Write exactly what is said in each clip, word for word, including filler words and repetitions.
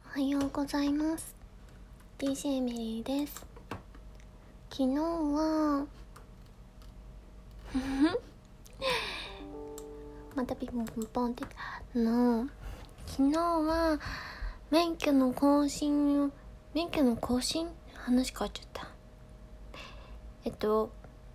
おはようございます。 ディージェー メリーです。昨日はまたピンポンピンポンっての昨日は免許の更新を免許の更新話変わっちゃったえっと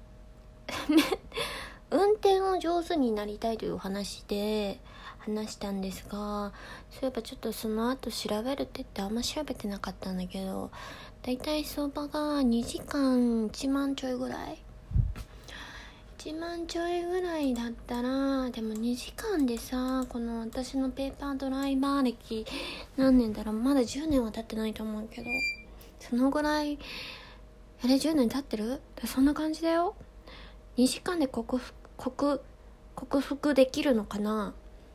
運転を上手になりたいという話で話したんですが、そういえばちょっとその後調べるって言ってあんま調べてなかったんだけど、だいたい相場がにじかんいちまんちょいぐらいいちまんちょいぐらいだったら、でもにじかんでさ、この私のペーパードライバー歴何年だろう、まだじゅうねんは経ってないと思うけど、そのぐらいあれじゅうねん経ってる？そんな感じだよ。にじかんで克服克克服できるのかな。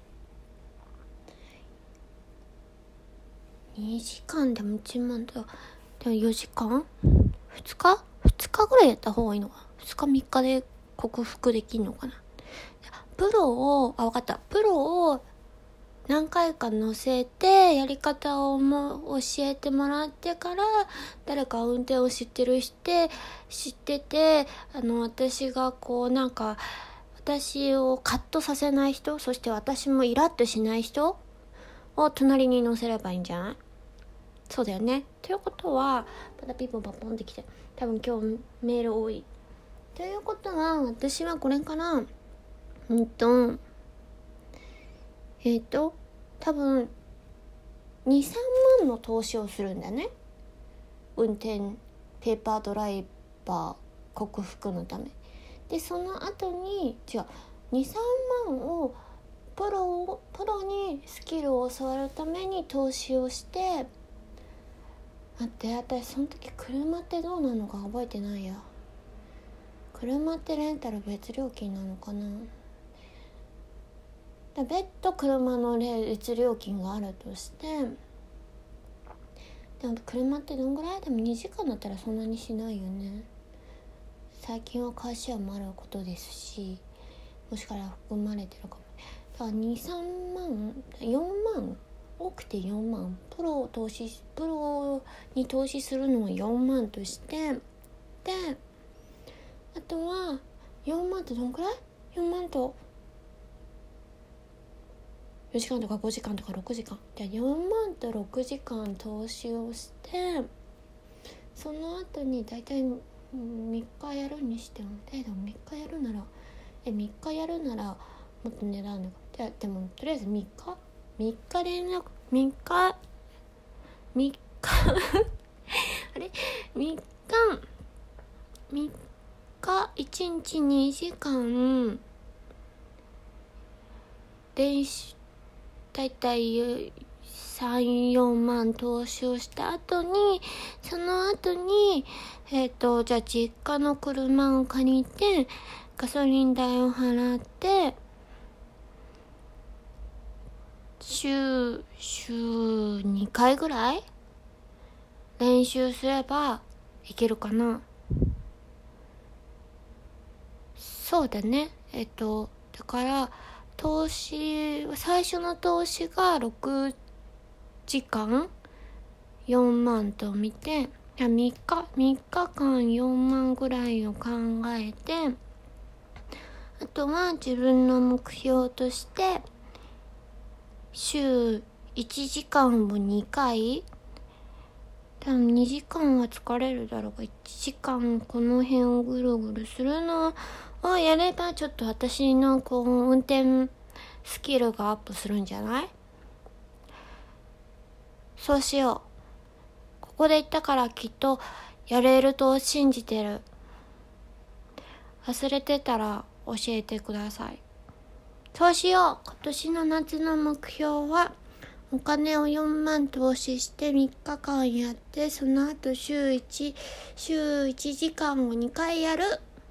にじかんでもいちまんだ。でもよじかん ?ふつ 日 ?ふつ 日ぐらいやった方がいいのか。ふつかみっかで克服できるのかな。プロを、あ、わかった。プロを何回か乗せて、やり方をも教えてもらってから、誰か運転を知ってる人、知ってて、あの、私がこう、なんか、私をカッとさせない人、そして私もイラッとしない人を隣に乗せればいいんじゃない？そうだよね。ということはまたピンポンパンポンってきて、多分今日メール多いということは、私はこれからうんとえっ、ー、と多分にさんまんの投資をするんだね。運転ペーパードライバー克服のためで、その後に違うにさんまんをプロをプロにスキルを教わるために投資をして、待って、私その時車ってどうなのか覚えてないや。車ってレンタル別料金なのかな。だ別途車の別料金があるとして、でも車ってどんぐらい？でもにじかんだったらそんなにしないよね。最近はカーシェアもあることですし、もしかしたら含まれてるかも。だからにさんまんよんまん、多くてよんまん、プロを投資プロに投資するのはよんまんとして、であとはよんまんってどんくらい？ よん 万とよじかんとかごじかんとかろくじかん、じゃあよんまんとろくじかん投資をして、その後にだいたいみっかやるにしても、でもみっかやるならえみっかやるならもっと値段で、でもとりあえずみっかみっか連絡みっかみっかあれみっかみっかいちにちにじかん練習、だいたいさん、よんまん投資をした後に、その後にえっとじゃあ実家の車を借りてガソリン代を払って週週にかいぐらい練習すればいけるかな。そうだね。えっとだから投資最初の投資がろくじかんよんまんと見て、みっかみっかかんよんまんぐらいを考えて、あとは自分の目標として週いちじかんをにかい、多分にじかんは疲れるだろうが、いちじかんこの辺をぐるぐるするのをやれば、ちょっと私のこう運転スキルがアップするんじゃない？そうしよう。ここで言ったからきっとやれると信じてる。忘れてたら教えてください。そうしよう。今年の夏の目標はお金をよんまん投資してみっかかんやって、その後週いち週いちじかんをにかいやる。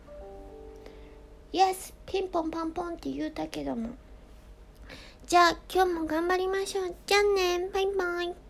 イエス、ピンポンパンポンって言うたけども、じゃあ今日も頑張りましょう。じゃあね、バイバイ。